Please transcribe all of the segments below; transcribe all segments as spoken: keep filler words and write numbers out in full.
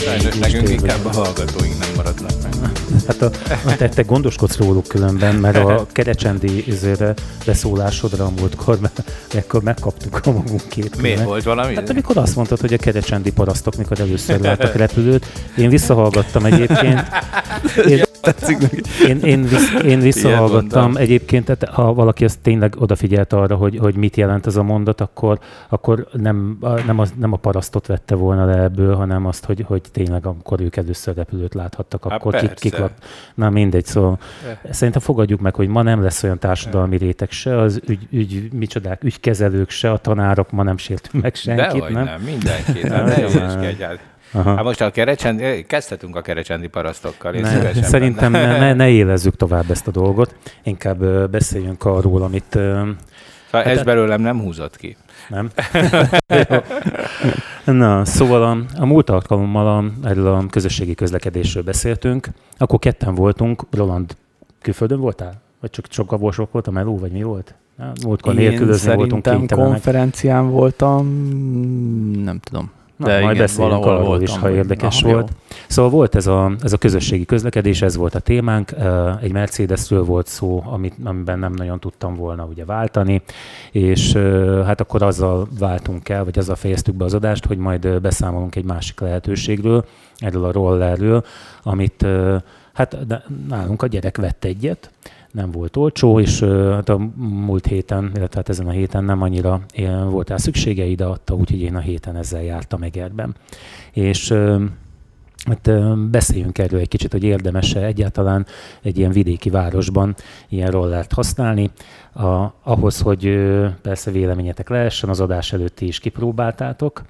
Sajnos nekünk inkább a hallgatóink nem maradnak meg. Hát a, a te, te gondoskodsz róluk különben, mert a kerecsendi beszólásodra a múltkor, mert megkaptuk a magunkét. Miért volt valami? Hát amikor azt mondtad, hogy a kerecsendi parasztok, mikor először láttak repülőt, én visszahallgattam egyébként. Én, én, én, vissz, én visszahallgattam egyébként, tehát ha valaki azt tényleg odafigyelt arra, hogy, hogy mit jelent ez a mondat, akkor, akkor nem, nem, az, nem a parasztot vette volna le ebből, hanem azt, hogy, hogy tényleg amikor ők először repülőt láthattak, Há, akkor kik, kik lak... Na mindegy, szóval e. szerintem fogadjuk meg, hogy ma nem lesz olyan társadalmi réteg se, az ügy, ügy, micsodák, ügykezelők se, a tanárok, ma nem sértünk meg senkit, Dehogy nem? nem, mindenkit. Nem, nem Aha. Hát most a kerecsendi, kezdhetünk a kerecsendi parasztokkal. Ne, szerintem ne, ne, ne élezzük tovább ezt a dolgot, inkább beszéljünk arról, amit... Szóval hát ez belőlem nem húzott ki. Nem? Na, szóval a, a múlt alkalommal a, erről a közösségi közlekedésről beszéltünk, akkor ketten voltunk. Roland, külföldön voltál? Vagy csak csak sok volt a meló, vagy mi volt? Múltkor nélkülözni voltunk kénytelenek. Konferencián voltam, nem tudom. Na, de majd igen, beszéljünk arról voltam, is, ha érdekes aha, volt. Jó. Szóval volt ez a, ez a közösségi közlekedés, ez volt a témánk. Egy Mercedesről volt szó, amit, amiben nem nagyon tudtam volna ugye váltani, és hát akkor azzal váltunk el, vagy azzal fejeztük be az adást, hogy majd beszámolunk egy másik lehetőségről, erről a rollerről, amit hát nálunk a gyerek vett egyet, nem volt olcsó, és hát a múlt héten, illetve hát ezen a héten nem annyira volt rá szüksége, ide adta, úgyhogy én a héten ezzel jártam Egerben. És hát beszéljünk erről egy kicsit, hogy érdemes-e egyáltalán egy ilyen vidéki városban ilyen rollert használni. A, ahhoz, hogy persze véleményetek lehessen, az adás előtti is kipróbáltátok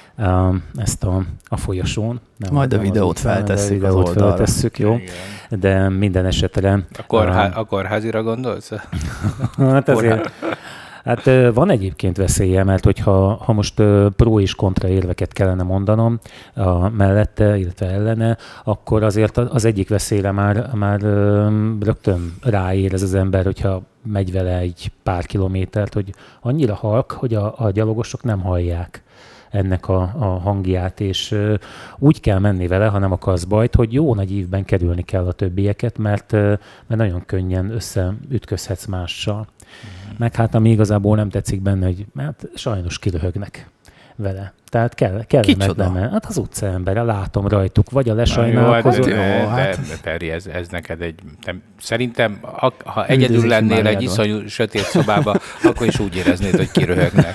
ezt a, a folyosón. Nem, majd a videót feltesszük az oldalra. Feltesszük, jó? Igen. De minden esetre... A, kórhá- a kórházira gondolsz? Hát azért... Hát van egyébként veszélye, mert hogyha ha most pro és kontra érveket kellene mondanom a mellette, illetve ellene, akkor azért az egyik veszélyre már, már rögtön ráér ez az ember, hogyha megy vele egy pár kilométert, hogy annyira halk, hogy a, a gyalogosok nem hallják ennek a, a hangját, és uh, úgy kell menni vele, ha nem akarsz bajt, hogy jó nagy ívben kerülni kell a többieket, mert, uh, mert nagyon könnyen összeütközhetsz mással. Mm. Meg hát ami igazából nem tetszik benne, hogy hát sajnos kiröhögnek vele. Tehát kell, kellemetlen. Hát az utcaembere, látom rajtuk, vagy a lesajnálkozó. Jó, hát, hát. De, de Peri, ez, ez neked egy... Nem, szerintem, ha, ha egyedül lennél egy iszonyú sötét szobában, akkor is úgy éreznéd, hogy kiröhögnek.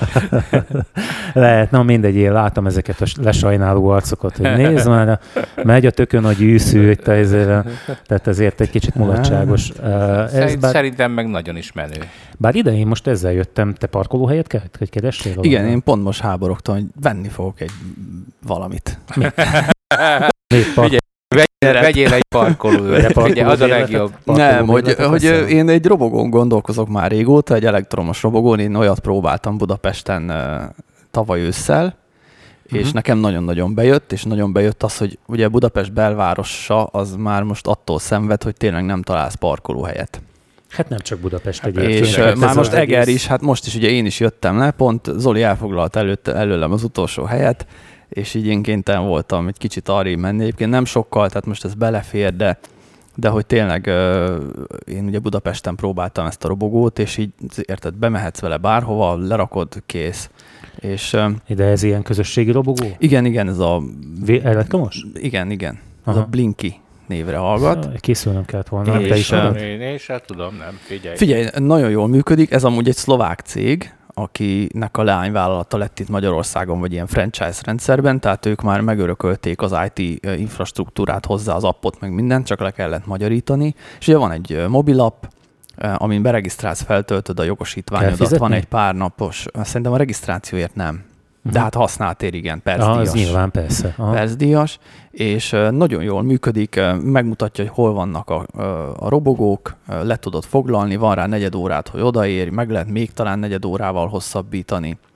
Lehet, na mindegy, én látom ezeket a lesajnáló arcokat, hogy nézd már, megy a tökön a gyűszű, tehát ezért egy kicsit mulatságos. Ez bár, szerintem meg nagyon is menő. Bár ide én most ezzel jöttem, te parkolóhelyet kellett, hogy keressél? Igen, én pont most háborogtam, hogy venni fogok egy valamit. Mi? Figyelj, vegyél, vegyél egy parkolót, az a legjobb. Nem, hogy, hogy én egy robogón gondolkozok már régóta, egy elektromos robogón, én olyat próbáltam Budapesten uh, tavaly ősszel, uh-huh. és nekem nagyon-nagyon bejött, és nagyon bejött az, hogy ugye Budapest belvárosa az már most attól szenved, hogy tényleg nem találsz parkolóhelyet. Hát nem csak Budapest egyébként. És hát már most Eger egész... is, hát most is ugye én is jöttem le, pont Zoli elfoglalt előtt, előlem az utolsó helyet, és így én kénytelen voltam egy kicsit arrébb menni. Egyébként nem sokkal, tehát most ez belefér, de, de hogy tényleg én ugye Budapesten próbáltam ezt a robogót, és így érted, bemehetsz vele bárhova, lerakod, kész. És, de ez ilyen közösségi robogó? Igen, igen, ez a... Elektromos? Igen, igen. Ez a Blinky névre hallgat. Készülnöm kellett volna. És, és uh, én, én sem tudom, nem, figyelj. Figyelj, nagyon jól működik. Ez amúgy egy szlovák cég, akinek a leányvállalata lett itt Magyarországon, vagy ilyen franchise rendszerben, tehát ők már megörökölték az i té infrastruktúrát hozzá, az appot, meg mindent, csak le kellett magyarítani. És ugye van egy mobilapp, amin beregisztrálsz, feltöltöd a jogosítványodat, van egy pár napos, szerintem a regisztrációért nem. De hát használtér, igen, percdíjas. Az nyilván, persze. Percdíjas, és nagyon jól működik, megmutatja, hogy hol vannak a, a robogók, le tudod foglalni, van rá negyed órát, hogy odaérj, meg lehet még talán negyed órával hosszabbítani.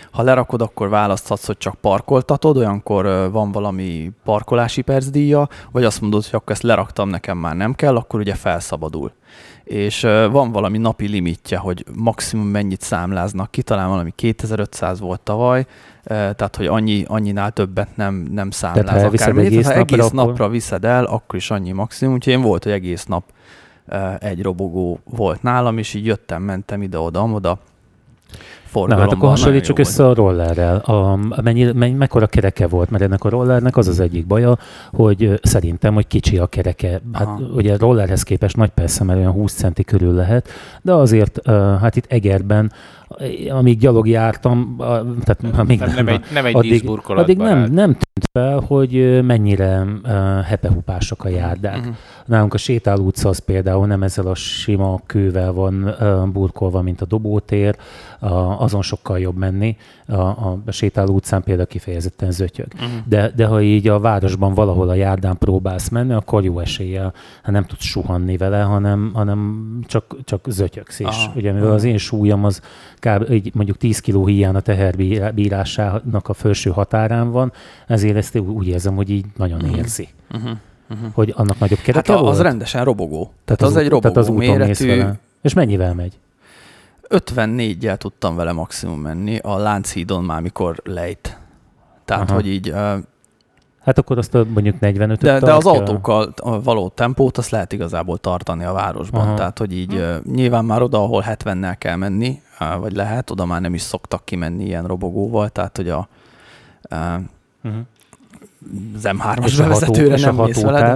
Ha lerakod, akkor választhatsz, hogy csak parkoltatod, olyankor van valami parkolási percdíja, vagy azt mondod, hogy akkor ezt leraktam, nekem már nem kell, akkor ugye felszabadul. És van valami napi limitje, hogy maximum mennyit számláznak ki, talán valami kétezer-ötszáz volt tavaly, tehát hogy annyi, annyinál többet nem, nem számláz akármennyit. Egész, ha napra, egész akkor... napra viszed el, akkor is annyi maximum. Úgyhogy én volt, hogy egész nap egy robogó volt nálam, és így jöttem, mentem ide-oda-oda. Na hát akkor hasonlítsuk össze a rollerrel. A, mennyi, mennyi, mekkora kereke volt, mert ennek a rollernek az az egyik baja, hogy szerintem, hogy kicsi a kereke. Hát aha. Ugye rollerhez képest nagy persze, mert olyan húsz centi körül lehet, de azért hát itt Egerben, amíg gyalog jártam, tehát amíg nem, nem, nem egy, nem egy addig, addig nem, nem tűnt fel, hogy mennyire uh, hepehupásak a járdák. Uh-huh. Nálunk a sétáló utca az például nem ezzel a sima kővel van uh, burkolva, mint a Dobótér, uh, azon sokkal jobb menni. A, a sétáló utcán például kifejezetten zötyög. Uh-huh. De, de ha így a városban valahol a járdán próbálsz menni, akkor jó eséllyel hát nem tudsz suhanni vele, hanem, hanem csak, csak zötyögsz. És ugye mivel az én súlyom az kb. Így mondjuk tíz kiló híján a teherbírásának a felső határán van, ezért ezt úgy érzem, hogy így nagyon érzi. Uh-huh. Uh-huh. Hogy annak nagyobb kereke hát volt? az rendesen robogó. Tehát az, az egy robogó tehát az méretű. És mennyivel megy? ötvennégyel tudtam vele maximum menni, a Lánchídon már mikor lejt. Tehát, aha. hogy így... Uh, hát akkor azt mondjuk negyvenötöt de, de az autókkal való tempót azt lehet igazából tartani a városban. Aha. Tehát, hogy így uh, nyilván már oda, ahol hetvennel kell menni, uh, vagy lehet, oda már nem is szoktak kimenni ilyen robogóval, tehát, hogy a uh, uh-huh. az em hármas bevezetőre nem mész veled.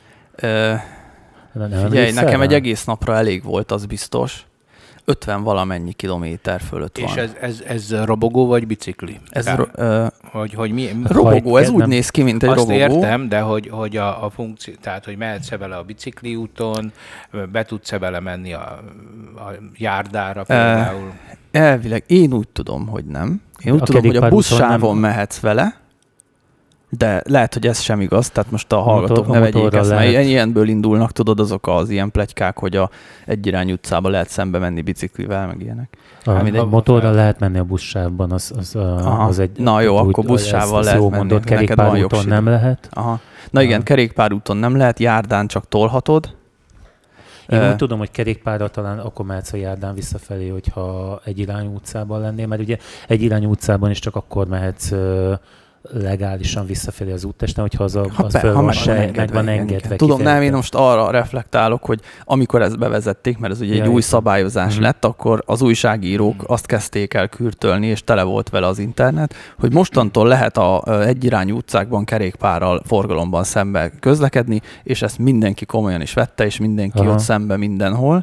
Uh, figyelj, nekem egy egész napra elég volt, az biztos. ötven valamennyi kilométer fölött van. És ez, ez, ez robogó vagy bicikli? Ez Tehát, ro- hogy, hogy mi, robogó, ez úgy nem. néz ki, mint egy azt robogó. Azt értem, de hogy, hogy a, a funkció, tehát hogy mehetsz vele a bicikli úton, be tudsz vele menni a, a járdára például? Elvileg én úgy tudom, hogy nem. Én úgy a tudom, hogy a buszsávon nem... mehetsz vele, de lehet, hogy ez sem igaz, tehát most a hallgatók motor, ne vegyék ezt, mert ilyenből indulnak, tudod, azok az ilyen pletykák, hogy a egyirányú utcába lehet szembe menni biciklivel, meg ilyenek. A, a motorral lehet menni a buszsávban, az, az, az egy... Na jó, úgy, akkor buszsávval lehet menni. Mondod, kerékpárúton nem lehet. Aha. Na igen, kerékpárúton nem lehet, járdán csak tolhatod. Én uh, úgy tudom, hogy kerékpárra talán akkor mehetsz a járdán visszafelé, hogyha egyirányú utcában lennél, mert ugye egyirányú utcában is csak akkor mehetsz legálisan visszafelé az úttesten, hogyha az, a, az föl van, meg van engedve. Tudom, nem, én most arra reflektálok, hogy amikor ezt bevezették, mert ez ugye ja, egy új szabályozás uh-huh. lett, akkor az újságírók uh-huh. azt kezdték el kürtölni, és tele volt vele az internet, hogy mostantól lehet a egyirányú utcákban kerékpárral, forgalomban szembe közlekedni, és ezt mindenki komolyan is vette, és mindenki uh-huh. ott szembe mindenhol.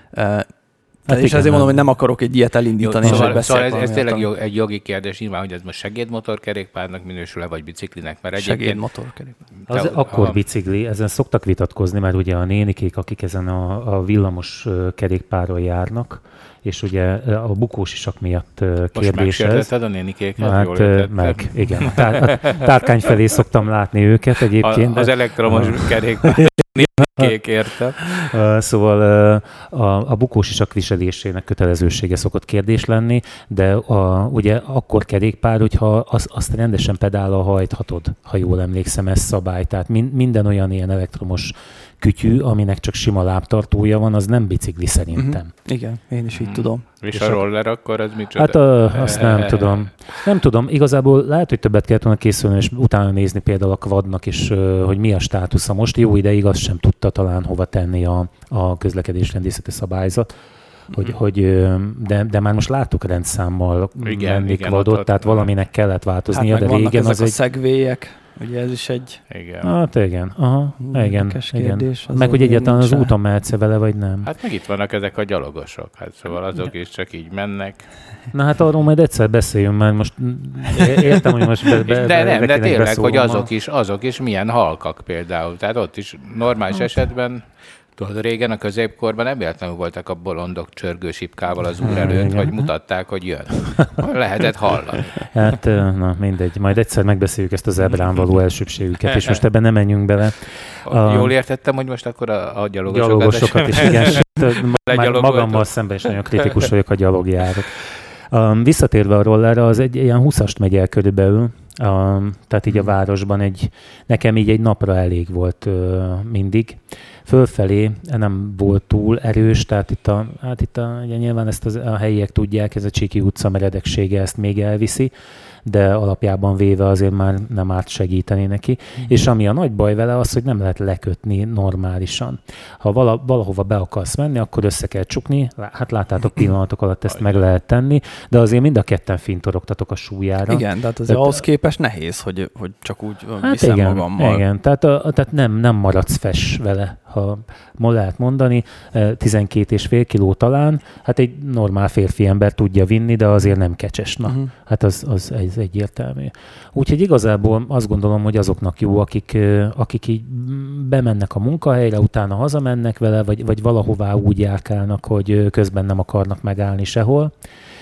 Hát és ezért mondom, hogy nem akarok egy ilyet elindítani. Jó, szóval, szóval ez, ez tényleg jog, egy jogi kérdés, nyilván, hogy ez most segédmotorkerékpárnak minősül-e, vagy biciklinek? Mert segédmotorkerékpár. Az akkor a... bicikli, ezen szoktak vitatkozni, mert ugye a nénikék, akik ezen a, a villamos kerékpáron járnak, és ugye a bukós isak miatt kérdés ez. Most megsértetted a nénikéket? Hát meg, igen. A, tár, a tárkány felé szoktam látni őket egyébként. A, az elektromos a... kerékpár. Kék, értem. Uh, szóval uh, a, a bukós isak viselésének kötelezősége szokott kérdés lenni, de a, ugye akkor kerékpár, hogyha az, azt rendesen pedállal hajthatod, ha jól emlékszem, ez szabály. Tehát min, minden olyan ilyen elektromos kütyű, aminek csak sima lábtartója van, az nem bicikli szerintem. Uh-huh. Igen, én is így uh-huh. tudom. És, és a roller akkor ez micsoda? Hát uh, azt nem tudom. Nem tudom, igazából lehet, hogy többet kellett volna készülni, és utána nézni például a Quadnak is, uh, hogy mi a státusza most. Jó ideig azt sem tudta talán hova tenni a, a közlekedésrendészeti szabályzat. Hogy, mm. hogy, de, de már most láttuk rendszámmal menni Quadot, tehát valaminek kellett változnia, hát de régen az egy... a szegvélyek, ugye ez is egy... Igen. Hát igen, aha, igen, igen. Meg hogy egyáltalán az úton mehetsz vele, vagy nem. Hát meg itt vannak ezek a gyalogosok, hát szóval azok is csak így mennek. Na hát arról majd egyszer beszéljünk, mert most értem, hogy most... Be, be, de nem, de tényleg, hogy azok is, azok is milyen halkak például, tehát ott is normális hát. esetben... Tudod, régen a középkorban nem véletlenül voltak a bolondok csörgősipkával az úr előtt, hogy mutatták, hogy jön. Lehetett hallani. Hát, na mindegy. Majd egyszer megbeszéljük ezt az ebrán való elsőbségüket, és most ebben nem menjünk bele. Jól értettem, hogy most akkor a, a gyalogosokat... Gyalogosokat is, igen. Már magammal szemben is nagyon kritikus vagyok a gyalogjárat. Um, visszatérve a rollerre, az egy ilyen húszast megy el körülbelül, um, tehát így a városban egy, nekem így egy napra elég volt uh, mindig. Fölfelé nem volt túl erős, tehát itt, a, hát itt a, ugye nyilván ezt az, a helyiek tudják, ez a Csiki utca meredeksége ezt még elviszi, de alapjában véve azért már nem árt segíteni neki. Mm. És ami a nagy baj vele az, hogy nem lehet lekötni normálisan. Ha vala, valahova be akarsz menni, akkor össze kell csukni, hát láttátok pillanatok alatt ezt meg lehet tenni, de azért mind a ketten fintorogtatok a súlyára. Igen, de hát azért ahhoz képest nehéz, hogy, hogy csak úgy hát viszem igen, magammal. Igen, tehát, a, tehát nem, nem maradsz fes vele, ha ma lehet mondani, tizenkét és fél kiló talán, hát egy normál férfi ember tudja vinni, de azért nem kecses. Na, uh-huh. hát az, az ez egyértelmű. Úgyhogy igazából azt gondolom, hogy azoknak jó, akik, akik így bemennek a munkahelyre, utána hazamennek vele, vagy, vagy valahová úgy járkálnak, hogy közben nem akarnak megállni sehol,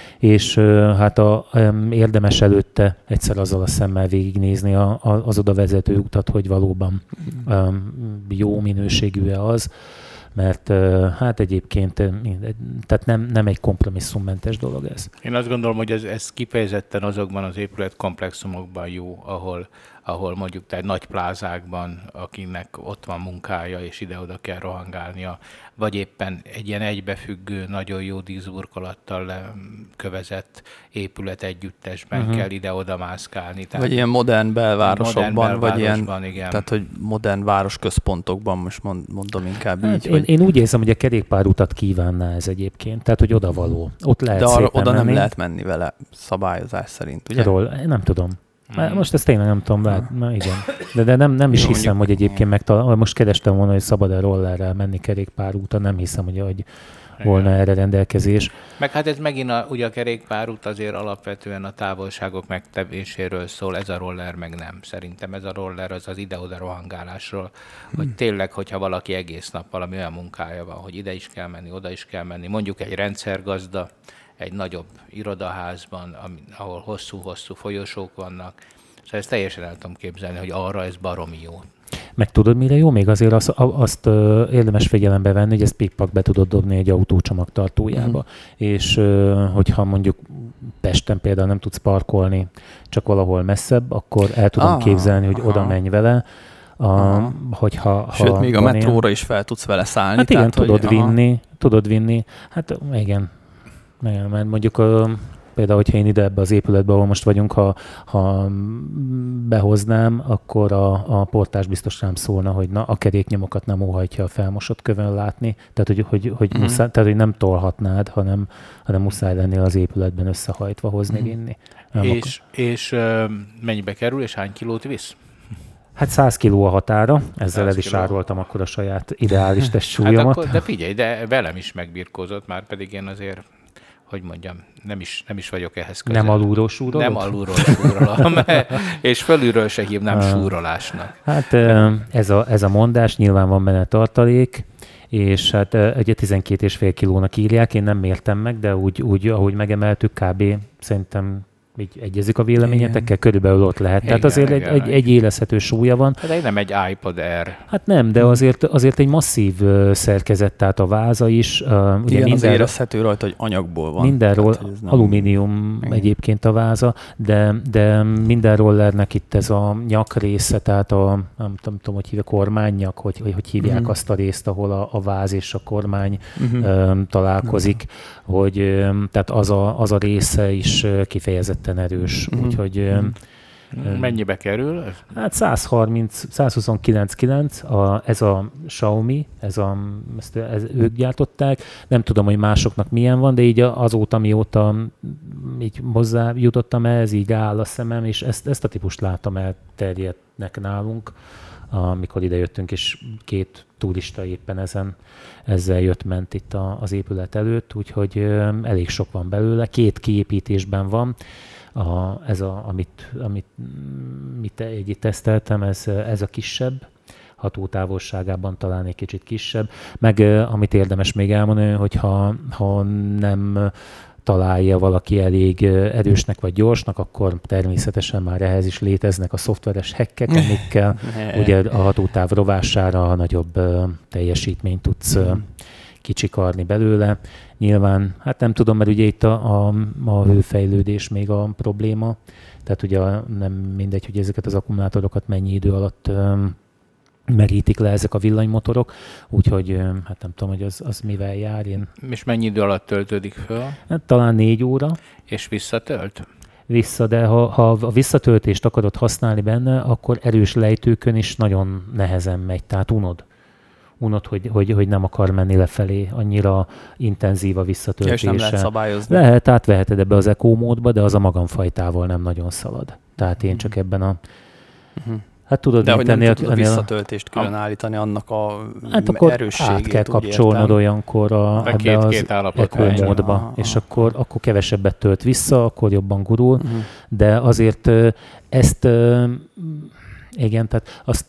és hát a, érdemes előtte egyszer azzal a szemmel végignézni a, a, az oda vezető utat, hogy valóban um, jó minőségű-e az, mert hát egyébként tehát nem, nem egy kompromisszummentes dolog ez. Én azt gondolom, hogy ez, ez kifejezetten azokban az épületkomplexumokban jó, ahol, ahol mondjuk tehát nagy plázákban, akinek ott van munkája, és ide-oda kell rohangálnia, vagy éppen egy ilyen egybefüggő, nagyon jó díszburkolattal kövezett épület együttesben uh-huh. kell ide-oda mászkálni. Tehát vagy ilyen modern belvárosokban, modern vagy ilyen, igen. tehát hogy modern városközpontokban, most mondom inkább hát így. Én, hogy... én úgy érzem, hogy a kerékpárutat kívánná ez egyébként, tehát hogy odavaló. Ott lehet de arra, oda menni. Nem lehet menni vele szabályozás szerint, ugye? Ról, én nem tudom. Mm. Most ezt tényleg nem tudom, lehet, na igen. De, de nem, nem is hiszem, mondjuk, hogy egyébként megtalál. Most kerestem volna, hogy szabad-e rollerrel menni kerékpárúton, nem hiszem, hogy, hogy volna erre rendelkezés. Meg hát ez megint a, ugye a kerékpárút azért alapvetően a távolságok megtevéséről szól, ez a roller meg nem. Szerintem ez a roller az az ide-oda rohangálásról, hogy hmm. tényleg, hogyha valaki egész nap valami olyan munkája van, hogy ide is kell menni, oda is kell menni, mondjuk egy rendszergazda, egy nagyobb irodaházban, ahol hosszú-hosszú folyosók vannak. Szóval ezt teljesen el tudom képzelni, hogy arra ez baromi jó. Meg tudod, mire jó? Még azért azt, azt érdemes figyelembe venni, hogy ezt pikpak be tudod dobni egy autócsomagtartójába. Mm. És hogyha mondjuk Pesten például nem tudsz parkolni, csak valahol messzebb, akkor el tudom ah, képzelni, hogy aha. oda menj vele. A, hogyha, Sőt, ha még a metróra ilyen... is fel tudsz vele szállni. Hát igen, tehát, tudod hogy, vinni, aha. tudod vinni. Hát igen, igen mert mondjuk a például, hogyha én ide ebbe az épületbe, ahol most vagyunk, ha, ha behoznám, akkor a, a portás biztos rám szólna, hogy na, a keréknyomokat nem óhajtja a felmosott kövön látni, tehát hogy, hogy, hogy, mm. muszáj, tehát, hogy nem tolhatnád, hanem, hanem muszáj lennél az épületben összehajtva hozni, mm. vinni. Nem és és uh, mennyibe kerül, és hány kilót visz? Hát száz kiló a határa, ezzel el is ároltam akkor a saját ideális testsúlyomat. Hát akkor, de figyelj, de velem is megbirkózott, már pedig én azért, hogy mondjam, nem is, nem is vagyok ehhez közel. Nem alulról súrolod? Nem alulról súrolom, és fölülről se hívnám súrolásnak. Hát ez a, ez a mondás, nyilván van benne tartalék, és hát egy tizenkét és fél kilónak írják, én nem mértem meg, de úgy, úgy ahogy megemeltük, kb. Szerintem így egyezik a véleményetekkel, körülbelül ott lehet. Igen, tehát azért igen, egy, egy, egy érezhető súlya van. De nem egy iPod Air. Hát nem, de azért, azért egy masszív uh, szerkezet, tehát a váza is. Uh, ugye igen, minden, az érezhető rajta, hogy anyagból van. Mindenről tehát, nem... alumínium igen. egyébként a váza, de, de minden rollernek itt ez a nyak része, tehát a, nem, nem tudom, hogy hívják, kormánynyak, hogy, hogy, hogy hívják uh-huh. azt a részt, ahol a, a váz és a kormány uh-huh. um, találkozik, uh-huh. hogy um, tehát az a, az a része is kifejezetten erős, mm-hmm. úgyhogy... Mm-hmm. Mennyibe kerül? Hát száz harminc, száz huszonkilenc egész kilenc, a, ez a Xiaomi, ez a, ezt, ez, ők gyártották. Nem tudom, hogy másoknak milyen van, de így azóta, mióta így hozzá jutottam ehhez, így áll a szemem, és ezt, ezt a típust láttam elterjednek nálunk, amikor ide jöttünk, és két turista éppen ezen, ezzel jött-ment itt a, az épület előtt, úgyhogy elég sok van belőle. Két kiépítésben van. A, ez, a, amit, amit mit egy teszteltem, ez, ez a kisebb, hatótávolságában talán egy kicsit kisebb. Meg amit érdemes még elmondani, hogy ha, ha nem találja valaki elég erősnek vagy gyorsnak, akkor természetesen már ehhez is léteznek a szoftveres hackek, amikkel ugye a hatótáv rovására nagyobb teljesítményt tudsz kicsikarni belőle. Nyilván, hát nem tudom, mert ugye itt a, a, a hőfejlődés még a probléma, tehát ugye nem mindegy, hogy ezeket az akkumulátorokat mennyi idő alatt um, merítik le ezek a villanymotorok, úgyhogy hát nem tudom, hogy az, az mivel jár. Én... És mennyi idő alatt töltődik föl? Hát, talán négy óra. És visszatölt? Vissza, de ha, ha a visszatöltést akarod használni benne, akkor erős lejtőkön is nagyon nehezen megy, tehát unod. Unod, hogy, hogy, hogy nem akar menni lefelé, annyira intenzív a visszatöltése. Ja, és nem lehet szabályozni. Lehet, átveheted ebbe az eco módba, de az a magamfajtával nem nagyon szalad. Tehát én csak ebben a... Uh-huh. Hát tudod, de hogy nem ennél, tudod a visszatöltést külön állítani, annak a hát akkor erősségét. át kell kapcsolnod olyankor a, a két, két az eco módba, és akkor, akkor kevesebbet tölt vissza, akkor jobban gurul, uh-huh. de azért ezt, igen, tehát azt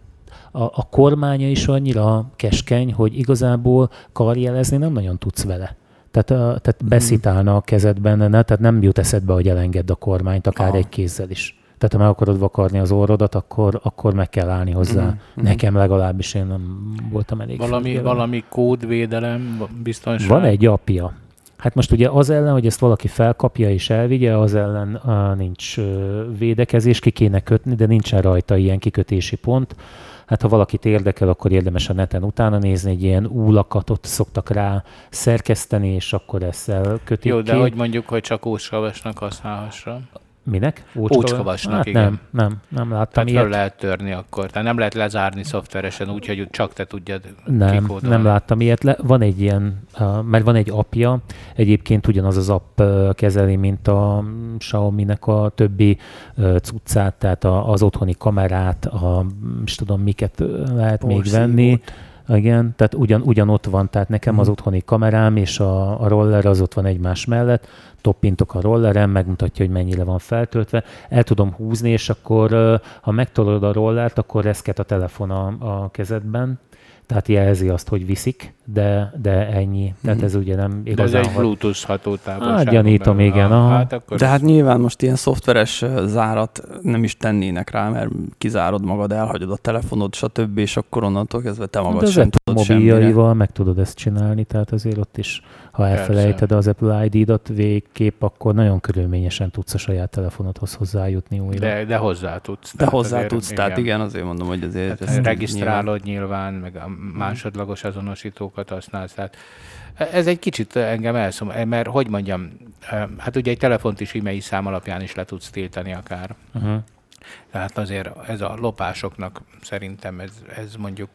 A, a kormánya is annyira keskeny, hogy igazából karjelezni nem nagyon tudsz vele. Tehát, a, tehát beszitálna a kezedben, ne? Tehát nem jut eszedbe, hogy elengedd a kormányt, akár Aha. egy kézzel is. Tehát ha meg akarod vakarni az orrodat, akkor, akkor meg kell állni hozzá. Mm-hmm. Nekem legalábbis én nem voltam elég. Valami, valami kódvédelem, biztonság? Van egy apja. Hát most ugye az ellen, hogy ezt valaki felkapja és elvigye, az ellen uh, nincs uh, védekezés, ki kéne kötni, de nincsen rajta ilyen kikötési pont. Hát ha valakit érdekel, akkor érdemes a neten utána nézni, egy ilyen úlakatot szoktak rá szerkeszteni, és akkor ezzel kötik. Jó, de ki. hogy mondjuk, hogy csak ócskavasnak használhassa? Minek? Ócskavasnak, hát igen. Nem, nem, nem láttam Tehát ilyet. fel lehet törni akkor. Tehát nem lehet lezárni szoftveresen úgy, hogy csak te tudjad Nem, kikódolni. nem láttam ilyet. Le, van egy ilyen, uh, mert van egy appja, egyébként ugyanaz az app uh, kezeli, mint a Xiaomi-nek a többi uh, cuccát, tehát a, az otthoni kamerát, a, is tudom, miket lehet még venni. Igen, tehát ugyan, ugyan ott van, tehát nekem az otthoni kamerám és a, a roller az ott van egymás mellett, toppintok a rolleren, megmutatja, hogy mennyire van feltöltve, el tudom húzni, és akkor ha megtolod a rollert, akkor reszket a telefon a, a kezedben, tehát jelzi azt, hogy viszik, de, de ennyi. Tehát ez ugye nem igazán... De ez egy Bluetooth hatótávolságon. Hát gyanítom, belül. Igen. Ah, hát akkor de hát nyilván most ilyen szoftveres zárat nem is tennének rá, mert kizárod magad, elhagyod a telefonod, stb. És akkor onnantól kezdve te magad de sem tudod semmire. Mobiljaival meg tudod ezt csinálni, tehát azért ott is, ha elfelejted Persze. az Apple i dé-dat végképp, akkor nagyon körülményesen tudsz a saját telefonodhoz hozzájutni újra. De, de hozzá tudsz. De hozzá azért, tudsz, igen. Tehát igen, azért mondom, hogy azért... Tehát regisztrálod nyilván, nyilván, meg a másodlagos azonosítókat használsz. Tehát ez egy kicsit engem elszom, mert hogy mondjam, hát ugye egy telefont is e-mail szám alapján is le tudsz tiltani akár. Uh-huh. Tehát azért ez a lopásoknak szerintem ez, ez mondjuk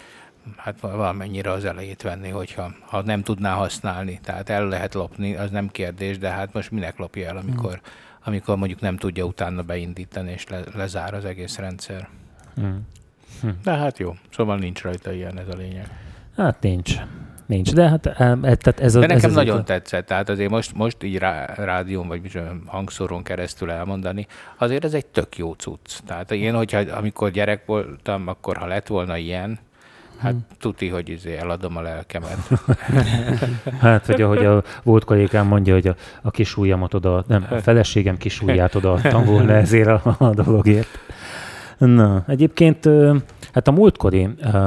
hát valamennyire az elejét venni, hogyha ha nem tudná használni. Tehát el lehet lopni, az nem kérdés, de hát most minek lopja el, amikor, uh-huh. amikor mondjuk nem tudja utána beindítani, és le, lezár az egész rendszer. Uh-huh. De hát jó, szóval nincs rajta ilyen, ez a lényeg. Hát nincs. Nincs, de hát tehát ez a... De nekem ez nagyon a... tetszett, tehát azért most, most így rá, rádión vagy hangszoron keresztül elmondani, azért ez egy tök jó cucc. Tehát én, hogyha amikor gyerek voltam, akkor ha lett volna ilyen, hát hmm. tuti, hogy izé eladom a lelkemet. Hát, vagy ahogy a volt kollégám mondja, hogy a, a kis ujjamat oda, nem, a feleségem kis ujját odaadtam volna ezért a, a dologért. Na, egyébként hát a múltkori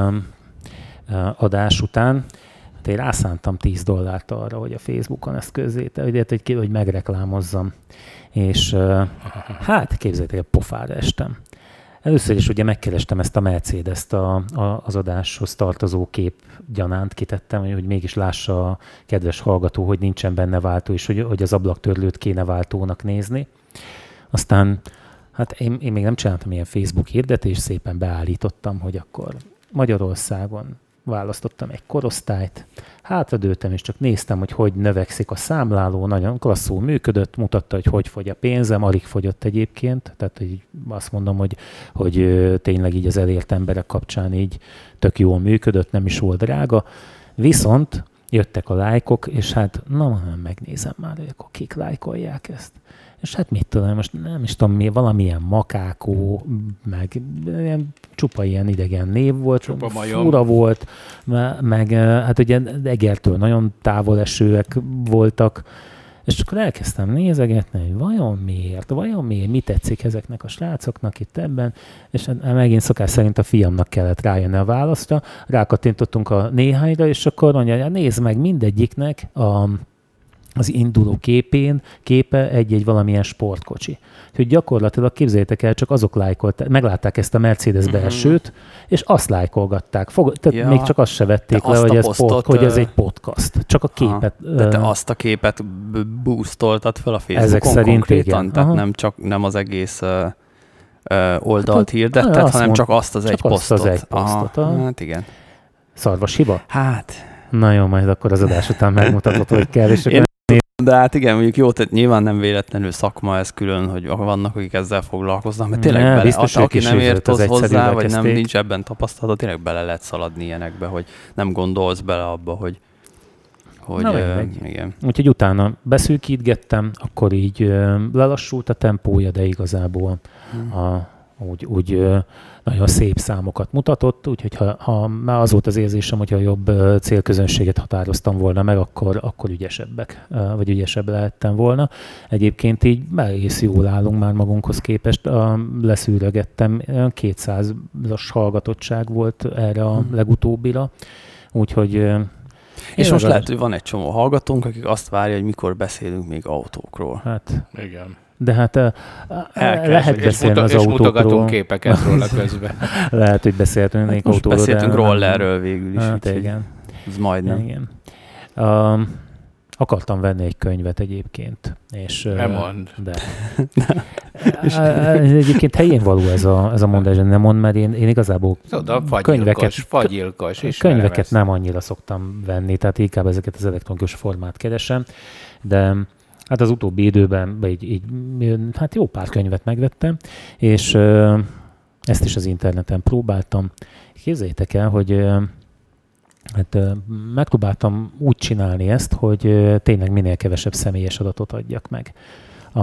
adás után hát én rászántam tíz dollárt arra, hogy a Facebookon ezt közzéte, hogy, hogy, hogy megreklámozzam. És hát képzeljétek, a pofára estem. Először is ugye megkerestem ezt a Mercedes-t a, a, az adáshoz tartozó kép gyanánt, kitettem, hogy, hogy mégis lássa a kedves hallgató, hogy nincsen benne váltó, és hogy, hogy az ablaktörlőt kéne váltónak nézni. Aztán hát én, én még nem csináltam ilyen Facebook hirdetést, szépen beállítottam, hogy akkor Magyarországon választottam egy korosztályt, hátradőltem, és csak néztem, hogy hogy növekszik a számláló, nagyon klasszul működött, mutatta, hogy hogy fogy a pénzem, alig fogyott egyébként, tehát hogy azt mondom, hogy, hogy tényleg így az elért emberek kapcsán így tök jól működött, nem is volt drága, viszont jöttek a lájkok, és hát na, nem megnézem már, hogy akkor kik lájkolják ezt. És hát mit tudom, most nem is tudom, mi, valamilyen makákó, meg ilyen, csupa ilyen idegen név volt, fura volt, meg hát ugye Egertől nagyon távol esőek voltak, És akkor elkezdtem nézegetni, hogy vajon miért, vajon miért, mi tetszik ezeknek a srácoknak itt ebben, és megint szokás szerint a fiamnak kellett rájönni a válaszra, rákattintottunk a néhányra, és akkor mondja, nézd meg mindegyiknek a az induló képén, képe egy-egy valamilyen sportkocsi. Hogy gyakorlatilag képzeljétek el, csak azok lájkolták, meglátták ezt a Mercedes Mm-hmm. belsőt, és azt lájkolgatták. Fog, tehát ja, még csak azt se vették le, hogy ez, pod, hogy ez egy podcast. Csak a képet. Aha, de te azt a képet boostoltad fel a Facebookon ezek szerint konkrétan? igen. Tehát Aha. nem csak nem az egész uh, uh, oldalt hát, hirdetted, hanem mond, csak azt az csak egy azt posztot. Az egy posztot. Aha, hát igen. Szarvas hiba? Hát. Na jó, majd akkor az adás után megmutatod, hogy kell. És Én de hát igen, mondjuk jó, tehát nyilván nem véletlenül szakma ez külön, hogy vannak, akik ezzel foglalkoznak, mert tényleg ne, bele, biztos, az, aki nem ért az hozzá, vagy nem nincs ebben tapasztalat, tényleg bele lehet szaladni ilyenekbe, hogy nem gondolsz bele abba, hogy, hogy Na, uh, igen. Úgyhogy utána beszűkítgettem, akkor így uh, lelassult a tempója, de igazából hmm. a, úgy, úgy uh, nagyon szép számokat mutatott, úgyhogy ha, ha már az volt az érzésem, hogyha jobb uh, célközönséget határoztam volna meg, akkor, akkor ügyesebbek, uh, vagy ügyesebb lehettem volna. Egyébként így egész jól állunk már magunkhoz képest. Uh, leszűrögettem, kétszázas hallgatottság volt erre a hmm. legutóbbira, úgyhogy uh, és most lehet, hogy van egy csomó hallgatónk, akik azt várja, hogy mikor beszélünk még autókról. Hát, igen. De hát uh, lehet beszélni az és autókról. És mutogatunk képeket róla közben. Lehet, hogy beszéltünk hát autóról. Beszéltünk rollerről végül is. Hát igen. Ez majdnem. Igen. Um, akartam venni egy könyvet egyébként. És, nem mond. De. Egyébként helyén való ez a, ez a mondás, nem mond, mert én, én igazából Oda, fagyilkos, könyveket, fagyilkos, könyveket ezt. nem annyira szoktam venni, tehát inkább ezeket az elektronikus formát keresem, de hát az utóbbi időben így, így, hát jó pár könyvet megvettem, és ö, ezt is az interneten próbáltam. Képzeljétek el, hogy ö, hát, ö, megpróbáltam úgy csinálni ezt, hogy ö, tényleg minél kevesebb személyes adatot adjak meg. A,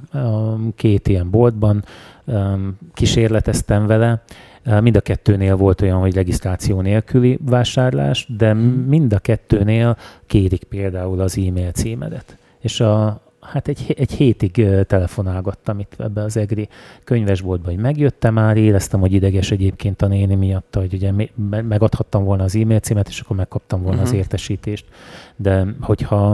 a két ilyen boltban ö, kísérleteztem vele, mind a kettőnél volt olyan, hogy regisztráció nélküli vásárlás, de mind a kettőnél kérik például az e-mail címedet. És a, hát egy, egy hétig telefonálgattam itt ebbe az egri könyvesboltba, hogy megjöttem már, éreztem, hogy ideges egyébként a néni miatt, hogy ugye megadhattam volna az e-mail címet, és akkor megkaptam volna uh-huh. az értesítést. De hogyha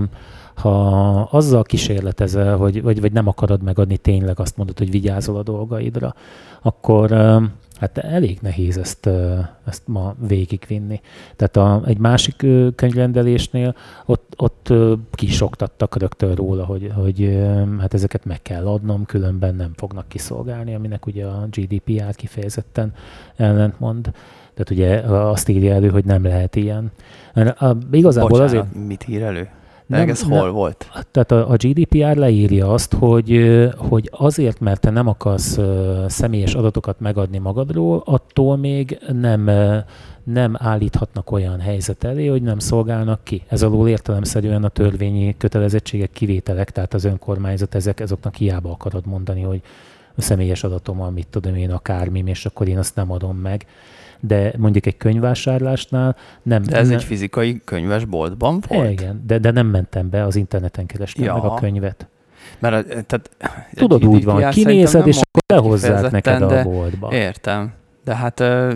ha azzal kísérletezel, hogy, vagy, vagy nem akarod megadni, tényleg azt mondod, hogy vigyázol a dolgaidra, akkor hát elég nehéz ezt, ezt ma végigvinni. Tehát a, egy másik könyvrendelésnél ott, ott ki is oktattak rögtön róla, hogy, hogy hát ezeket meg kell adnom, különben nem fognak kiszolgálni, aminek ugye a gé dé pé er kifejezetten ellentmond. Tehát ugye azt írja elő, hogy nem lehet ilyen. A, igazából Bocsánat, azért... mit ír elő? De nem, ez hol nem, volt? Tehát a, a gé dé pé er leírja azt, hogy, hogy azért, mert te nem akarsz személyes adatokat megadni magadról, attól még nem, nem állíthatnak olyan helyzet elé, hogy nem szolgálnak ki. Ez alól értelemszerűen a törvényi kötelezettségek, kivételek, tehát az önkormányzat, ezek, ezoknak hiába akarod mondani, hogy a személyes adatom, mit tudom én, akármim, és akkor én azt nem adom meg. De mondjuk egy könyvvásárlásnál nem... De ez nem, egy fizikai könyvesboltban volt? Igen, de, de nem mentem be, az interneten kerestem ja. meg a könyvet. Mert tehát tudod, úgy van, kinézed, és akkor behozzák neked a boltba. Értem. De hát uh,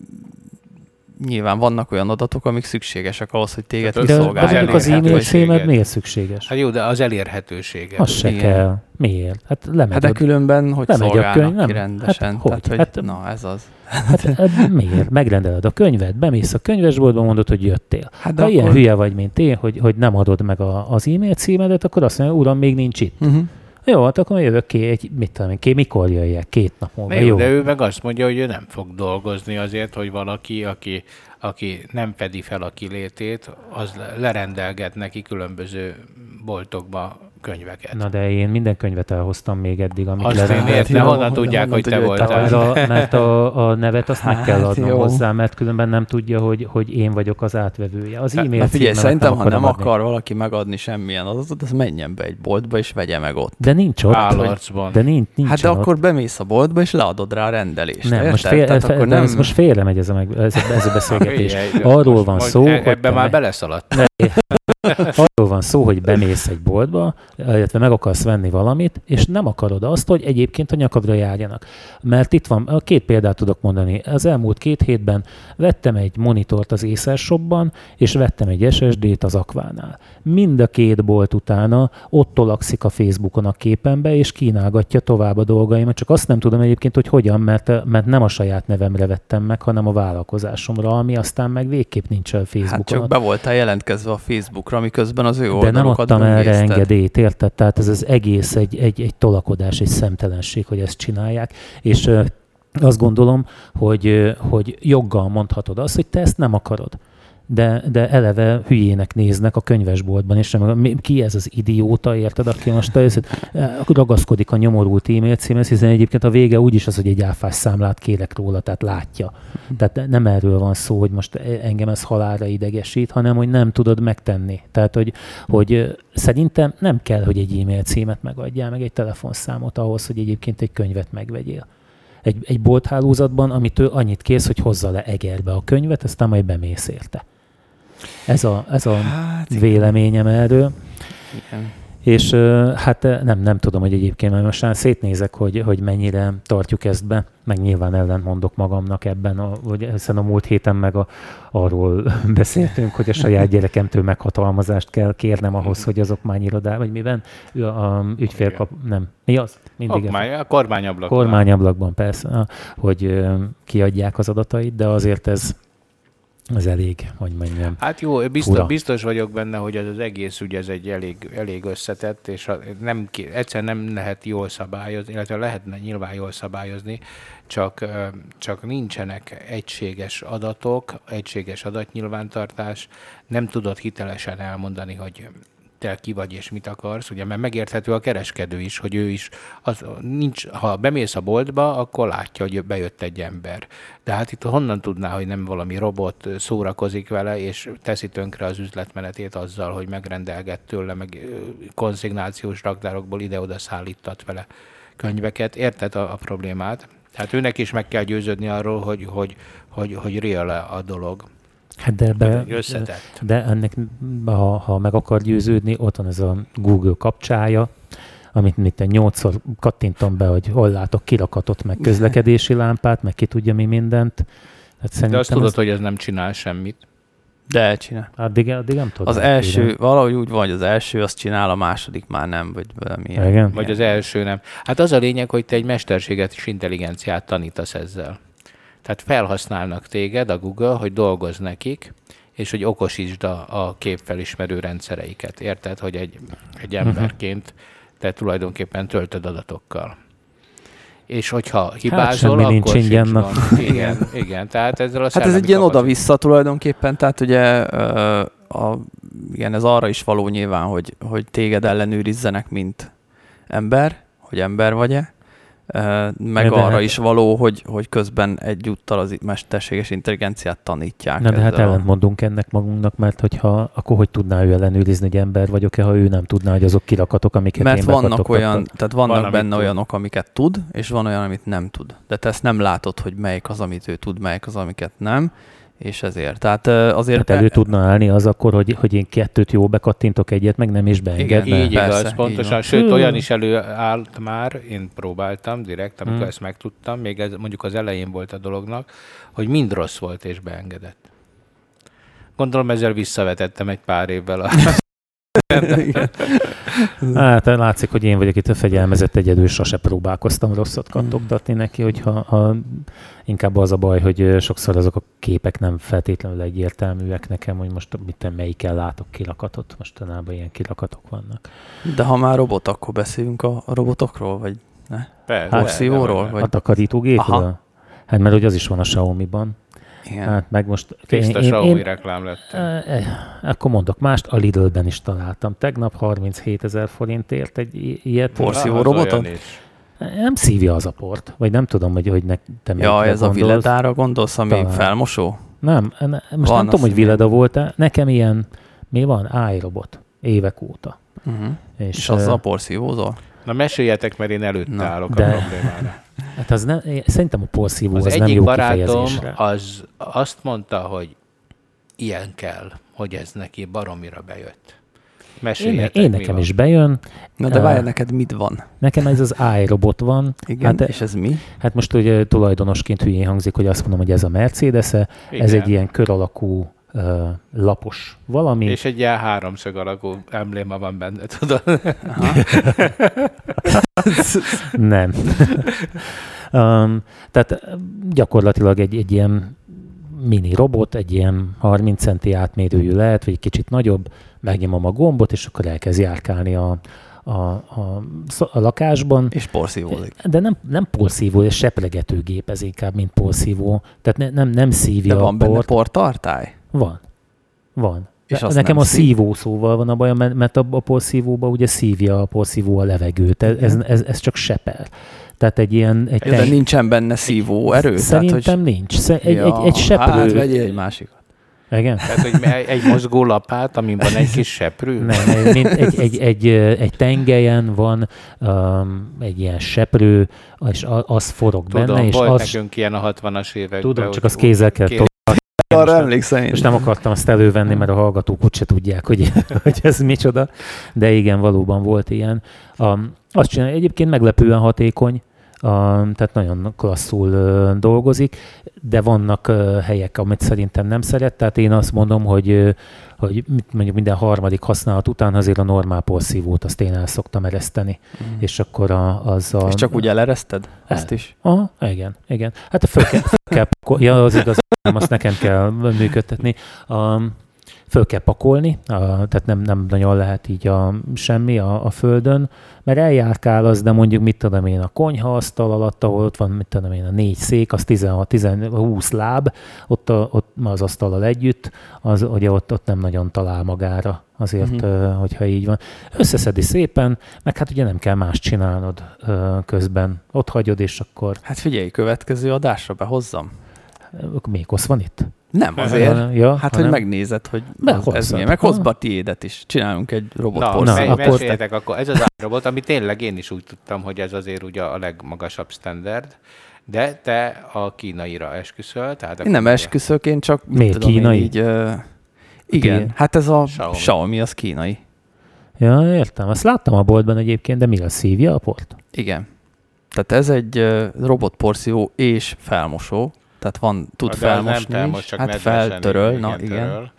nyilván vannak olyan adatok, amik szükségesek ahhoz, hogy téged de kiszolgálják. De mondjuk az e-mail címed miért szükséges? Hát jó, de az elérhetősége. Az se igen. kell. Miért? Hát lemegy. Hát de különben, hogy szolgálnak könyv, nem. ki rendesen? Hát, hogy? Tehát, hogy Hát, na, ez az. Hát, hát miért? Megrendeled a könyvet, bemész a könyvesboltba, mondod, hogy jöttél. Hát ha akkor... ilyen hülye vagy, mint én, hogy, hogy nem adod meg a, az e-mail címedet, akkor azt mondja, uram, még nincs itt. Uh-huh. Jó, hát akkor jövök ki, egy, mit tudom én, ki, mikor jöjjek? Két nap múlva. Jó, de ő meg azt mondja, hogy ő nem fog dolgozni azért, hogy valaki, aki, aki nem fedi fel a kilétét, az lerendelget neki különböző boltokba könyveket. Na de én minden könyvet elhoztam még eddig, amit azt én értem, honnan tudják, hogy te voltál. A, mert a, a nevet azt hát, meg kell adnom jó. hozzá, mert különben nem tudja, hogy, hogy én vagyok az átvevője. Az e-mail figyelj, szerintem, ha nem adni. akar valaki megadni semmilyen adatot, az menjen be egy boltba, és vegye meg ott. De nincs ott. Állarcban. De nincs, nincs hát de ott. akkor bemész a boltba, és leadod rá a rendelést. Nem, most, fél, Tehát, akkor nem... most félre megy ez a, meg, ez a, ez a beszélgetés. Arról van szó, hogy... Ebben már beleszaladt. Arról van szó, hogy bemész egy boltba, illetve meg akarsz venni valamit, és nem akarod azt, hogy egyébként a nyakadra járjanak. Mert itt van, két példát tudok mondani. Az elmúlt két hétben vettem egy monitort az Acer Shopban, és vettem egy es es dét az Aquánál. Mind a két bolt utána ott tolakszik a Facebookon a képembe, és kínálgatja tovább a dolgaimat. Csak azt nem tudom egyébként, hogy hogyan, mert, mert nem a saját nevemre vettem meg, hanem a vállalkozásomra, ami aztán meg végképp nincs a Facebookon. Hát csak be voltál jelentkezve a Facebookra, miközben az ő oldalokat de nem adtam erre böngészted. engedélyt, érted? Tehát ez az egész egy, egy, egy tolakodás, egy szemtelenség, hogy ezt csinálják. És ö, azt gondolom, hogy, ö, hogy joggal mondhatod azt, hogy te ezt nem akarod. De, de eleve hülyének néznek a könyvesboltban, és sem, ki ez az idióta, érted, aki most ezt, ragaszkodik a nyomorult e-mail címhez, hiszen egyébként a vége úgyis az, hogy egy áfás számlát kérek róla, tehát látja. Tehát nem erről van szó, hogy most engem ez halálra idegesít, hanem hogy nem tudod megtenni. Tehát, hogy, hogy szerintem nem kell, hogy egy e-mail címet megadjál, meg egy telefonszámot ahhoz, hogy egyébként egy könyvet megvegyél. Egy, egy bolthálózatban, amitől annyit kérsz, hogy hozza le Egerbe a könyvet, aztán majd bemész érte. Ez a, ez a hát, véleményem erről. Igen. És hát nem, nem tudom, hogy egyébként, mert most szétnézek, hogy, hogy mennyire tartjuk ezt be, meg nyilván ellentmondok magamnak ebben, a, hogy hiszen a múlt héten meg a, arról beszéltünk, hogy a saját gyerekemtől meghatalmazást kell kérnem ahhoz, hogy az okmányirodában, vagy miben? A, a ügyfélkap, nem. Mi az? Mindig Okmány, a kormányablakban. Kormányablakban, persze, hogy kiadják az adatait, de azért ez Ez elég, hogy mondjam. Hát jó, biztos, biztos vagyok benne, hogy ez az egész ügy ez egy elég, elég összetett, és nem, egyszerűen nem lehet jól szabályozni, illetve lehetne nyilván jól szabályozni, csak, csak nincsenek egységes adatok, egységes adatnyilvántartás, nem tudod hitelesen elmondani, hogy te ki vagy és mit akarsz, ugye, mert megérthető a kereskedő is, hogy ő is, az, nincs, ha bemész a boltba, akkor látja, hogy bejött egy ember. De hát itt honnan tudná, hogy nem valami robot szórakozik vele, és teszi tönkre az üzletmenetét azzal, hogy megrendelget tőle, meg konszignációs raktárokból ide-oda szállítat vele könyveket. Érted a, a problémát? Hát őnek is meg kell győződni arról, hogy, hogy, hogy, hogy real a dolog. Hát de, be, de ennek, ha, ha meg akar győződni, ott van ez a Google kapcsája, amit mit nyolcszor kattintom be, hogy hol látok kirakatot, meg közlekedési lámpát, meg ki tudja mi mindent. Hát de azt tudod, ez... hogy ez nem csinál semmit. De csinál. Addig, addig nem tudom. Az első, ide. Valahogy úgy van, hogy az első azt csinál, a második már nem, vagy valamilyen. Igen? Vagy az első nem. Hát az a lényeg, hogy te egy mesterséges intelligenciát tanítasz ezzel. Tehát felhasználnak téged a Google, hogy dolgozz nekik, és hogy okosítsd a, a képfelismerő rendszereiket. Érted, hogy egy, egy emberként te tulajdonképpen töltöd adatokkal. És hogyha hibázol, hát akkor sincs van. Igen, igen, tehát ezzel a Hát ez egy ilyen oda-vissza tulajdonképpen, tehát ugye a, igen, ez arra is való nyilván, hogy, hogy téged ellenőrizzenek, mint ember, hogy ember vagy-e, meg de arra hát, is való, hogy, hogy közben egyúttal az mesterséges intelligenciát tanítják. Na de hát ellentmondunk ennek magunknak, mert hogyha, akkor hogy tudná ő ellenőrizni, hogy ember vagyok-e, ha ő nem tudná, hogy azok kirakatok, amiket mert én vannak olyan, tehát vannak van, benne olyanok, tud. amiket tud, és van olyan, amit nem tud. De te ezt nem látod, hogy melyik az, amit ő tud, melyik az, amiket nem. És ezért. Tehát azért... Tehát elő tudna állni az akkor, hogy, hogy én kettőt jó bekattintok, egyet, meg nem is beengedne. Igen, így persze, igaz, pontosan. Így Sőt, olyan is előállt már, én próbáltam direkt, amikor hmm. ezt megtudtam, még ez mondjuk az elején volt a dolognak, hogy mind rossz volt és beengedett. Gondolom ezzel visszavetettem egy pár évvel a... Hát látszik, hogy én vagyok itt a fegyelmezett egyedül, sose próbálkoztam rosszat kattogtatni neki, hogyha ha inkább az a baj, hogy sokszor azok a képek nem feltétlenül egyértelműek nekem, hogy most mit, melyiken látok kirakatot, mostanában ilyen kirakatok vannak. De ha már robot, akkor beszélünk a robotokról, vagy ne? Porszívóról? Vagy... A takarítógépről? Hát mert hogy az is van a Xiaomi-ban. Igen. Hát meg most... Tiszta Xiaomi reklám lett. Eh, akkor mondok mást, a Lidl-ben is találtam. Tegnap harminchétezer forintért egy ilyet. Porszívó robotot? Nem szívja az a port. Vagy nem tudom, hogy, hogy ne, te ja, ez gondolsz. A Viledára gondolsz, ami talán. Felmosó? Nem, ne, most van nem tudom, hogy Vileda volt-e. Nekem ilyen, mi van? iRobot. Évek óta. Uh-huh. És, és azzal uh, porszívózol? Na meséljetek, mert én előtt Na, állok de... a problémára. Hát az nem, szerintem a porszívó az, az nem jó barátom az azt mondta, hogy ilyen kell, hogy ez neki baromira bejött. Meséljetek, én, én nekem van? is bejön. Na de várj, neked mit van? Nekem ez az iRobot van. Igen, hát, és ez mi? Hát most ugye tulajdonosként hülyén hangzik, hogy azt mondom, hogy ez a Mercedes-e. Ez egy ilyen kör alakú uh, lapos valami. És egy ilyen háromszög alakú embléma van benne, tudod? Nem. um, tehát gyakorlatilag egy, egy ilyen mini robot, egy ilyen harminc centi átmérőjű lehet, vagy egy kicsit nagyobb, megnyomom a gombot, és akkor elkezd járkálni a, a, a, a lakásban. És porszívózik. De nem, nem porszívó, ez sepregető gép, ez inkább, mint porszívó. Tehát ne, nem, nem szívja de a van port. benne portartály? Van. Van. És Nekem a szív. szívó szóval van a bajom, mert a, a porszívóban ugye szívja a porszívó a levegőt. Ez, ez, ez csak sepel. Tehát egy ilyen... Egy Ja, de nincsen benne szívó erő? Szerintem tehát, hogy... nincs. Egy, ja, egy, egy seprő... Hát vegyél egy másikat. Igen? Tehát, hogy egy mozgó lapát, amiben van egy kis seprű? Nem, egy, egy, egy, egy, egy tengelyen van um, egy ilyen seprő, és az forog Tudom, benne. És volt az, nekünk ilyen a hatvanas években. tudom, csak az kézzel kell kéz... Arra emlékszem én. És nem akartam azt elővenni, mert a hallgatók úgyse tudják, hogy, hogy ez micsoda. De igen, valóban volt ilyen. Um, azt csinálja, egyébként meglepően hatékony, um, tehát nagyon klasszul uh, dolgozik, de vannak uh, helyek, amit szerintem nem szeret. Tehát én azt mondom, hogy, uh, hogy mondjuk minden harmadik használat után azért a normál porszívót azt én el szoktam ereszteni. Mm. És akkor a, az a... És csak úgy elereszted? El. Azt is? Aha, igen, igen. Hát a föl kell, föl kell pakolni. Ja, az igaz, nem, azt nekem kell működtetni. Um, föl kell pakolni, a, tehát nem, nem nagyon lehet így a, semmi a, a földön, mert eljárkál az, de mondjuk mit tudom én, a konyhaasztal alatt, ahol ott van, mit tudom én, a négy szék, az tizenhat húsz láb, ott, a, ott az asztallal együtt, az ugye ott, ott nem nagyon talál magára azért, uh-huh. hogyha így van. Összeszedi szépen, meg hát ugye nem kell más csinálnod közben. Ott hagyod, és akkor... Hát figyelj, következő adásra behozzam. Még osz van itt? Nem azért. Ja, hát, hanem... hogy megnézed, hogy az, ez milyen. Meg hozd be a tiédet is. Csinálunk egy robotporszívót. Na, me- meséljetek akkor. Ez az iRobot, ami tényleg én is úgy tudtam, hogy ez azért ugye a legmagasabb standard, de te a kínaira esküszöl. Tehát én nem esküszök, én csak... Miért kínai? Így, uh, igen, Ki? hát ez a Xiaomi. Xiaomi, az kínai. Ja, értem. Azt láttam a boltban egyébként, de mi a szívja a port? Igen. Tehát ez egy uh, robotporszívó és felmosó. Tehát van, tud de felmosni nem is. Hát feltöröl, igen, na igen. igen.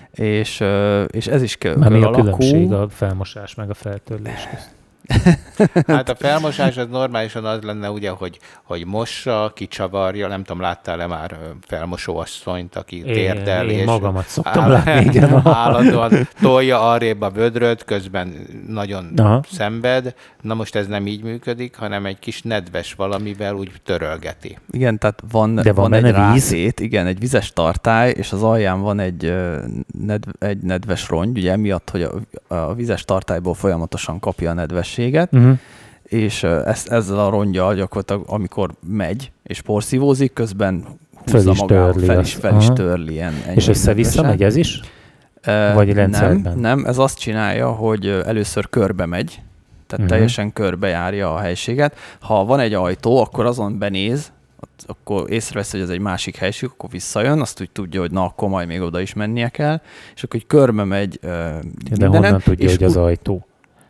És, uh, és ez is kö- Már mi a alakú. különbség a felmosás meg a feltörlés közt? Hát a felmosás az normálisan az lenne ugye, hogy, hogy mossa, kicsavarja, nem tudom, láttál-e már felmosóasszonyt, aki Én, térdel, én és magamat szoktam áll, látni, igen. állandóan tolja arrébb a vödröt, közben nagyon Aha. szenved. Na most ez nem így működik, hanem egy kis nedves valamivel úgy törölgeti. Igen, tehát van, De van van egy benne víz? rászét, igen, egy vizes tartály, és az alján van egy, ö, nedv, egy nedves rongy, ugye emiatt, hogy a, a vizes tartályból folyamatosan kapja a nedvességet, Uh-huh. és ö, ezt, ezzel a rongyal gyakorlatilag, amikor megy és porszívózik, közben Fel húzza is magával, törli fel azt. is, fel is Aha. törli ilyen. És össze-vissza megy ez is? Ö, Vagy nem, rendszerben? nem, ez azt csinálja, hogy ö, először körbe megy, tehát Uh-huh. teljesen körbejárja a helységet. Ha van egy ajtó, akkor azon benéz, akkor észrevesz, hogy ez egy másik helység, akkor visszajön, azt úgy tudja, hogy na, akkor majd még oda is mennie kell, és akkor hogy körbe megy uh, De mindenen, honnan tudja, és hogy az úgy, ajtó?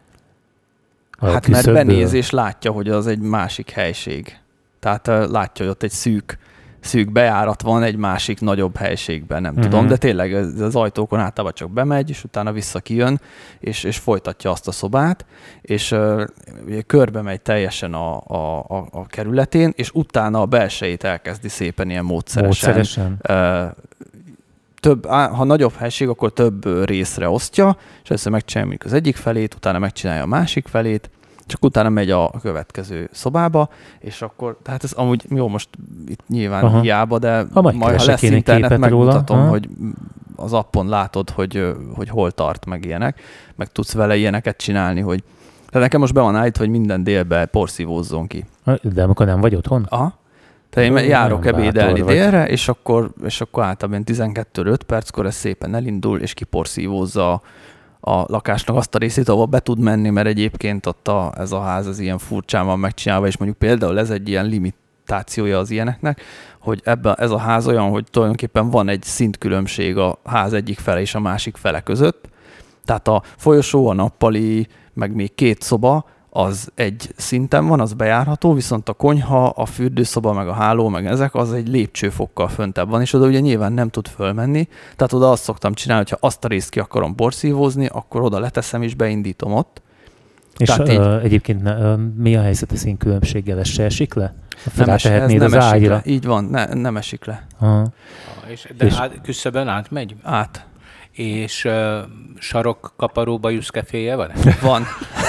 A hát mert küszöbből? benéz és látja, hogy az egy másik helység. Tehát uh, látja, hogy ott egy szűk, szűk bejárat van egy másik nagyobb helységben, nem uh-huh. tudom, de tényleg az ajtókon általában csak bemegy, és utána vissza kijön, és, és folytatja azt a szobát, és uh, körbe megy teljesen a, a, a, a kerületén, és utána a belsejét elkezdi szépen ilyen módszeresen. Módszeresen? Uh, több, ha nagyobb helység, akkor több részre osztja, és először megcsinálja az egyik felét, utána megcsinálja a másik felét, csak utána megy a következő szobába, és akkor, tehát ez amúgy jó, most itt nyilván Aha. hiába, de ha majd, majd ha lesz kéne internet, megmutatom, róla. hogy az appon látod, hogy, hogy hol tart, meg ilyenek, meg tudsz vele ilyeneket csinálni, hogy tehát nekem most be van állítva, hogy minden délbe porszívózzon ki. De amikor nem vagy otthon? Aha. Tehát én Nagyon járok ebédelni bátor délre, és akkor, és akkor általában tizenkettő öt perckor ez szépen elindul, és kiporszívózza a, a lakásnak azt a részét, ahol be tud menni, mert egyébként ott a, ez a ház ez ilyen furcsán van megcsinálva, és mondjuk például ez egy ilyen limitációja az ilyeneknek, hogy ebben ez a ház olyan, hogy tulajdonképpen van egy szintkülönbség a ház egyik fele és a másik fele között, Tehát a folyosó, a nappali, meg még két szoba, az egy szinten van, az bejárható, viszont a konyha, a fürdőszoba, meg a háló, meg ezek, az egy lépcsőfokkal föntebb van, és oda ugye nyilván nem tud fölmenni, tehát oda azt szoktam csinálni, hogyha azt a részt ki akarom porszívózni, akkor oda leteszem és beindítom ott. És uh, így, egyébként uh, mi a helyzet a színkülönbséggel? Ez se esik le? Nem, es, ez nem esik le. Így van, ne, nem esik le. Aha. És, de és át, küszöbön átmegy? Át. És uh, sarokkaparóba juszkeféje van? Van.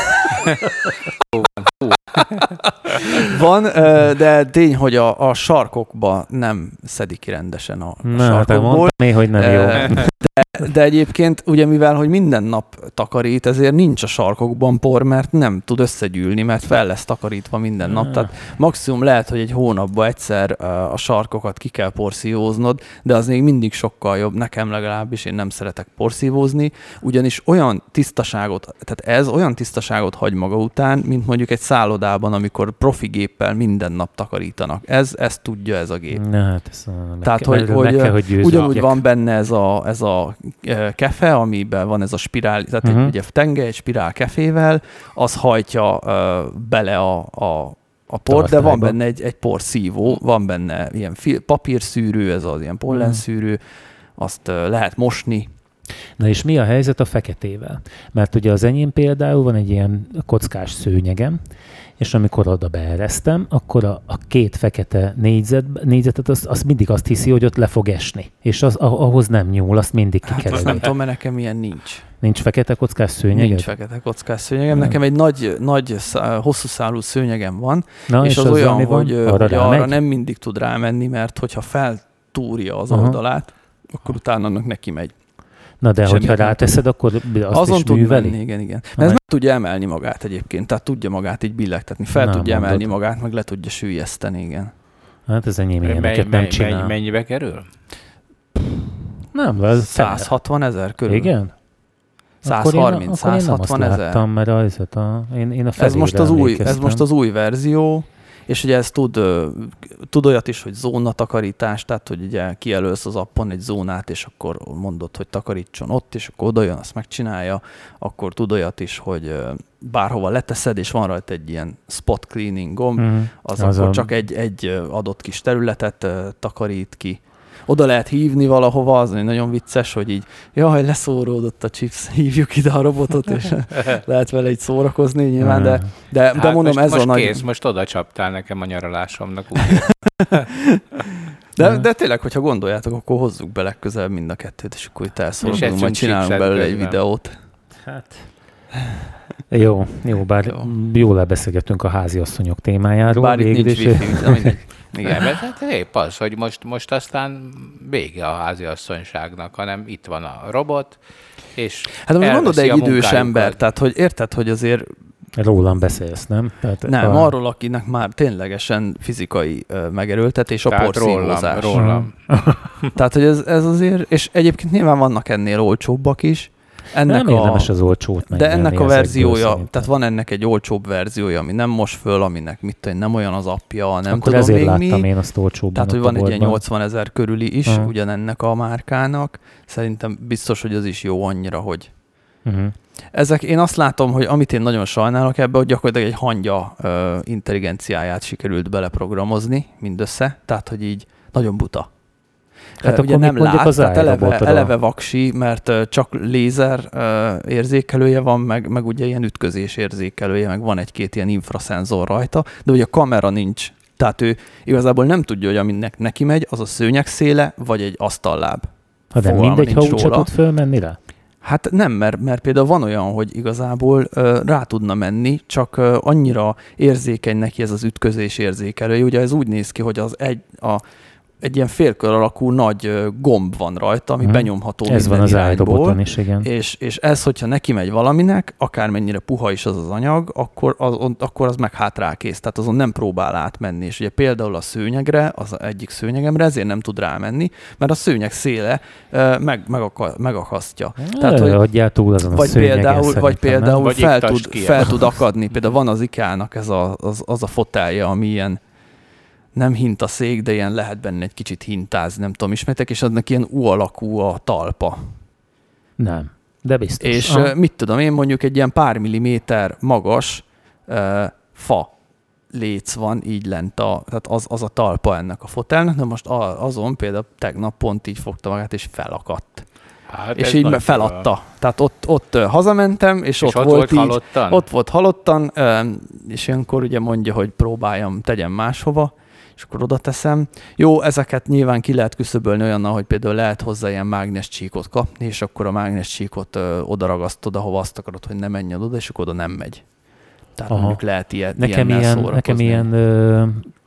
Van, de tény, hogy a, a sarkokba nem szedik ki rendesen a, a Na, sarkokból. Mondtam, hogy nem jó. De, de egyébként ugye mivel, hogy minden nap takarít, ezért nincs a sarkokban por, mert nem tud összegyűlni, mert fel lesz takarítva minden nap. Tehát maximum lehet, hogy egy hónapban egyszer a sarkokat ki kell porszívóznod, de az még mindig sokkal jobb. Nekem legalábbis, én nem szeretek porszívózni, ugyanis olyan tisztaságot, tehát ez olyan tisztaságot hagy maga után, mint mondjuk egy szállodában, amikor profi géppel minden nap takarítanak. Ez, ez tudja ez a gép. Na, hát ez a, Tehát, hogy, hogy, kell, hogy ugyanúgy van benne ez a, ez a kefe, amiben van ez a spirál, tehát uh-huh. egy ugye tenge, egy spirál kefével, az hajtja uh, bele a, a, a por, de van benne egy, egy porszívó, van benne ilyen fil, papírszűrő, ez az ilyen pollenszűrő, azt uh, lehet mosni. Na és mi a helyzet a feketével? Mert ugye az enyém például van egy ilyen kockás szőnyegem, és amikor oda beeresztem, akkor a, a két fekete négyzet, négyzetet, azt, azt mindig azt hiszi, hogy ott le fog esni. És az, ahhoz nem nyúl, azt mindig kikerüli. Hát azt nem tudom, mert nekem ilyen nincs. Nincs fekete kockás szőnyegem? Nincs fekete kockás szőnyegem. Nem. Nekem egy nagy, nagy hosszú szálú szőnyegem van, Na, és, és az, az olyan, van? hogy, arra, hogy arra nem mindig tud rámenni, mert hogyha feltúrja az Aha. oldalát, akkor utána annak neki megy. Na de hogyha ráteszed, akkor azt azon is tud műveli? menni, igen, igen. Mert ez meg tudja emelni magát egyébként, tehát tudja magát így billegtetni, fel Na, tudja mondod. emelni magát, meg le tudja süllyeszteni, igen. Hát ez enyém ilyeneket nem csinál. Mennyi, mennyibe kerül? Nem, ez száz hatvan ezer körül. Igen? száz harminc száz hatvan ezer. Láttam, mert az, a, én, én a ez most az új, ez most az új verzió, és ugye ez tud, tud olyat is, hogy zónatakarítás, tehát hogy ugye kijelölsz az appon egy zónát, és akkor mondod, hogy takarítson ott, és akkor oda jön, azt megcsinálja, akkor tud olyat is, hogy bárhova leteszed, és van rajta egy ilyen spot cleaning gomb, mm, az, az akkor a... csak egy, egy adott kis területet takarít ki. Oda lehet hívni valahova, az nagyon vicces, hogy így, jaj, leszóródott a chips, hívjuk ide a robotot, és lehet vele így szórakozni nyilván, de, de, hát de mondom, most, ez most a nagy... Kész, most oda csaptál nekem a nyaralásomnak. de, de tényleg, hogyha gondoljátok, akkor hozzuk be legközelebb mind a kettőt, és akkor itt elszólalunk, majd csinálunk belőle egy videót. Hát... Jó, jó, bár jó. jól lebeszélgetünk a háziasszonyok témájáról. Bár itt nincs wifi, igen, mert hát épp az, hogy most, most aztán vége a háziasszonyságnak, hanem itt van a robot, és hát most mondod egy idős ember, tehát hogy érted, hogy azért... Rólam beszélsz, nem? Tehát nem, a... arról, akinek már ténylegesen fizikai uh, megerőltetés, a porszívózás. Rólam, rólam. Tehát, hogy ez, ez azért, és egyébként nyilván vannak ennél olcsóbbak is. Ennek nem a, érdemes az olcsót de ennek a verziója, tehát van ennek egy olcsóbb verziója, ami nem most föl, aminek mit tudom, nem olyan az appja, nem Akkor tudom még láttam mi. én azt olcsóbban. Tehát, hogy van egy ilyen nyolcvan ezer körüli is, uh-huh. ugyanennek a márkának. Szerintem biztos, hogy az is jó annyira, hogy... Uh-huh. Ezek, én azt látom, hogy amit én nagyon sajnálok ebbe, hogy gyakorlatilag egy hangya uh, intelligenciáját sikerült beleprogramozni mindössze, tehát, hogy így nagyon buta. Hát ugye nem lát, az tehát eleve, eleve vaksi, mert csak lézer uh, érzékelője van, meg, meg ugye ilyen ütközés érzékelője, meg van egy-két ilyen infraszenzor rajta, de ugye a kamera nincs. Tehát ő igazából nem tudja, hogy aminek neki megy, az a szőnyeg széle, vagy egy asztalláb. Ha de mindegy, ha úgy tud fölmenni rá? Hát nem, mert, mert például van olyan, hogy igazából uh, rá tudna menni, csak uh, annyira érzékeny neki ez az ütközés érzékelője. Ugye ez úgy néz ki, hogy az egy... A, egy ilyen félkör alakú nagy gomb van rajta, ami hmm. benyomható ez minden van az irányból. Is, igen. És, és ez, hogyha neki megy valaminek, akármennyire puha is az az anyag, akkor az, akkor az meg hátrálkész, tehát azon nem próbál átmenni. És ugye például a szőnyegre, az egyik szőnyegemre ezért nem tud rámenni, mert a szőnyeg széle meg, megaka, megakasztja. E, tehát, hogy, adjál túl azon vagy a például, vagy például vagy fel, tud, fel tud akadni. Például van az IKEA-nak ez a, az, az a fotelje, ami ilyen nem hintaszék, de ilyen lehet benne egy kicsit hintázni, nem tudom, ismertek, és adnak ilyen U alakú a talpa. Nem. De biztos. És ah. mit tudom én, mondjuk egy ilyen pár milliméter magas uh, fa léc van így lent, a, tehát az, az a talpa ennek a fotelnek, de most azon például tegnap pont így fogta magát, és felakadt. Hát és így feladta. A... Tehát ott, ott hazamentem, és, és ott, ott volt, volt így, ott volt halottan, és ilyenkor ugye mondja, hogy próbáljam, tegyem máshova, és akkor oda teszem. Jó, ezeket nyilván ki lehet küszöbölni olyannal, hogy például lehet hozzá ilyen mágnes csíkot kapni, és akkor a mágnes csíkot oda ragasztod, ahova azt akarod, hogy ne menjen oda, és akkor oda nem megy. Tehát Aha. mondjuk lehet ilyet, nekem ilyen, nekem ilyen ö,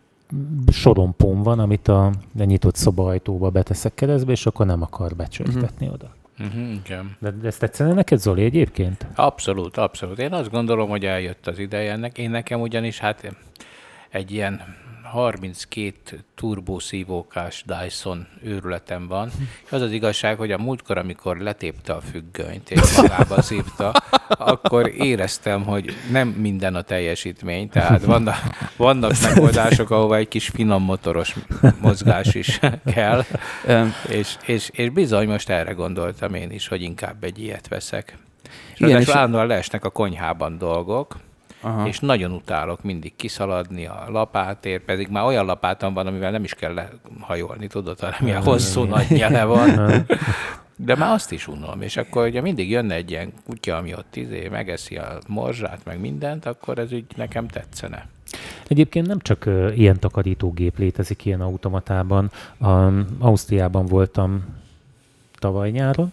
sorompóm van, amit a, a nyitott szobaajtóba beteszek keresztbe, és akkor nem akar becsörtetni uh-huh. oda. Uh-huh, igen. De, de ezt tetszene neked, Zoli, egyébként? Abszolút, abszolút. Én azt gondolom, hogy eljött az ideje ennek. Én nekem ugyanis hát egy ilyen harminckét turbószívókás Dyson őrületem van, és az az igazság, hogy a múltkor, amikor letépte a függönyt és magába szívta, akkor éreztem, hogy nem minden a teljesítmény, tehát vannak, vannak megoldások, ahova egy kis finom motoros mozgás is kell, és, és, és bizony most erre gondoltam én is, hogy inkább egy ilyet veszek. Igen, és állandóan leesnek a konyhában dolgok, Aha. és nagyon utálok mindig kiszaladni a lapátért, pedig már olyan lapátom van, amivel nem is kell lehajolni, tudod, hanem ilyen hosszú nagy nyele van. De már azt is unom, és akkor ugye mindig jönne egy ilyen kutya, ami ott izé, megeszi a morzsát, meg mindent, akkor ez úgy nekem tetszene. Egyébként nem csak uh, ilyen takarítógép létezik ilyen automatában. Um, Ausztriában voltam tavaly nyáron,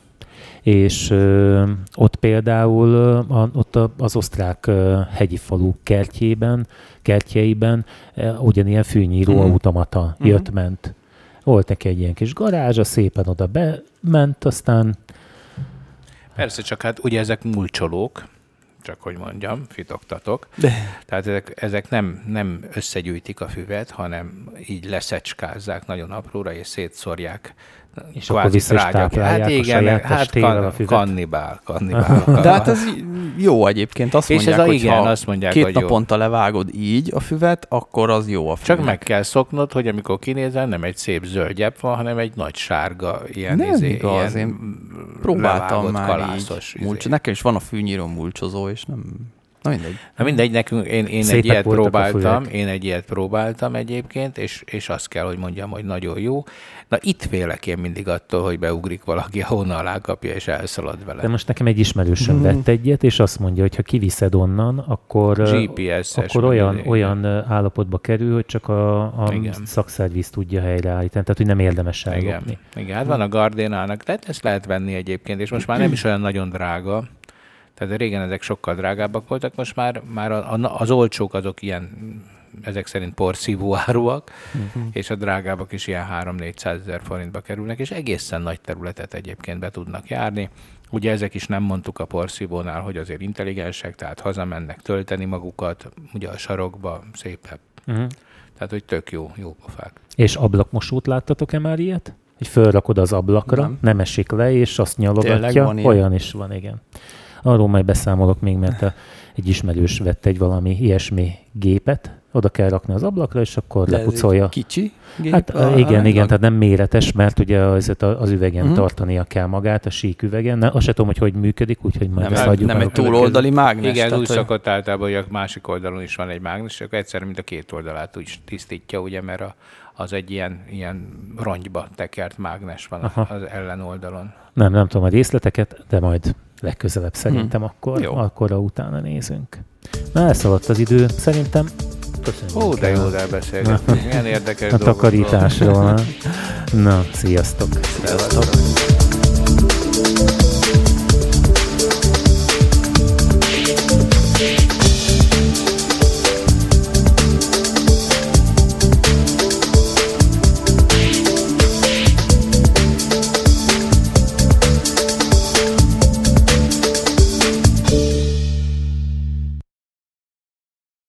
és ö, ott például a, ott a, az osztrák ö, hegyi falu kertjében, kertjeiben ö, ugyanilyen fűnyíró mm. automata mm. jött-ment. Volt neki egy ilyen kis garázsa, szépen oda bement, aztán... Persze, csak hát ugye ezek mulcsolók, csak hogy mondjam, fitoktatok. De. Tehát ezek, ezek nem, nem összegyűjtik a füvet, hanem így leszecskázzák nagyon apróra, és szétszórják. És akkor vissza is táplálják hát igen, a saját hát kan, a füvet. Kannibál, kannibál. De hát ez jó egyébként. Azt és mondják, ez a, hogy igen, ha azt mondják, két hogy naponta jó. levágod így a füvet, akkor az jó a füvet. Csak meg kell szoknod, hogy amikor kinézel, nem egy szép zöld gyep van, hanem egy nagy sárga, ilyen, nem izé, igaz, ilyen én próbáltam már kalászos. Így. Mulcs, nekem is van a fűnyíró mulcsozó, és nem... Na mindegy. Na mindegy, nekünk, én, én egy ilyet próbáltam, én egy ilyet próbáltam egyébként, és, és azt kell, hogy mondjam, hogy nagyon jó. Na itt félek én mindig attól, hogy beugrik valaki, a hóna alá kapja, és elszalad vele. De most nekem egy ismerősöm mm. vett egyet, és azt mondja, hogy ha kiviszed onnan, akkor, gé pé es-es akkor olyan, olyan állapotba kerül, hogy csak a, a szakszerviz tudja helyreállítani, tehát hogy nem érdemes ellopni. Igen, Igen hát van a Gardénának, tehát ezt lehet venni egyébként, és most már nem is olyan nagyon drága. Tehát régen ezek sokkal drágábbak voltak, most már, már az olcsók azok ilyen, ezek szerint porszívó áruak, uh-huh. és a drágábbak is ilyen három-négyszázezer forintba kerülnek, és egészen nagy területet egyébként be tudnak járni. Ugye ezek is nem mondtuk a porszívónál, hogy azért intelligensek, tehát hazamennek tölteni magukat, ugye a sarokba szépen. Uh-huh. Tehát, hogy tök jó, jó pofák. És ablakmosót láttatok-e már ilyet? Hogy fölrakod az ablakra, nem, nem esik le, és azt nyalogatja. Olyan is van, igen. Arról majd beszámolok még, mert a, egy ismerős vett egy valami ilyesmi gépet, oda kell rakni az ablakra, és akkor de lepucolja. Kicsi gép? Hát ah, igen, igen, tehát nem méretes, mert ugye az, az üvegen uh-huh. tartania kell magát, a síküvegen. Ne, azt sem tudom, hogy hogy működik, úgyhogy majd nem, ezt hagyjuk. Nem egy túloldali mágnes. Igen, úgy szokott általában, hogy a másik oldalon is van egy mágnes, és akkor egyszerűen mind a két oldalát úgy tisztítja, ugye, mert a, az egy ilyen, ilyen rongyba tekert mágnes van Aha. az ellenoldalon. Nem, nem tudom a részleteket, de majd legközelebb szerintem hmm. akkor, akkor utána nézünk. Na, elszaladt az idő, szerintem. Köszönjük. Ó, de jó, de beszélgetünk. Milyen érdekes a takarításról. Na, sziasztok. Sziasztok.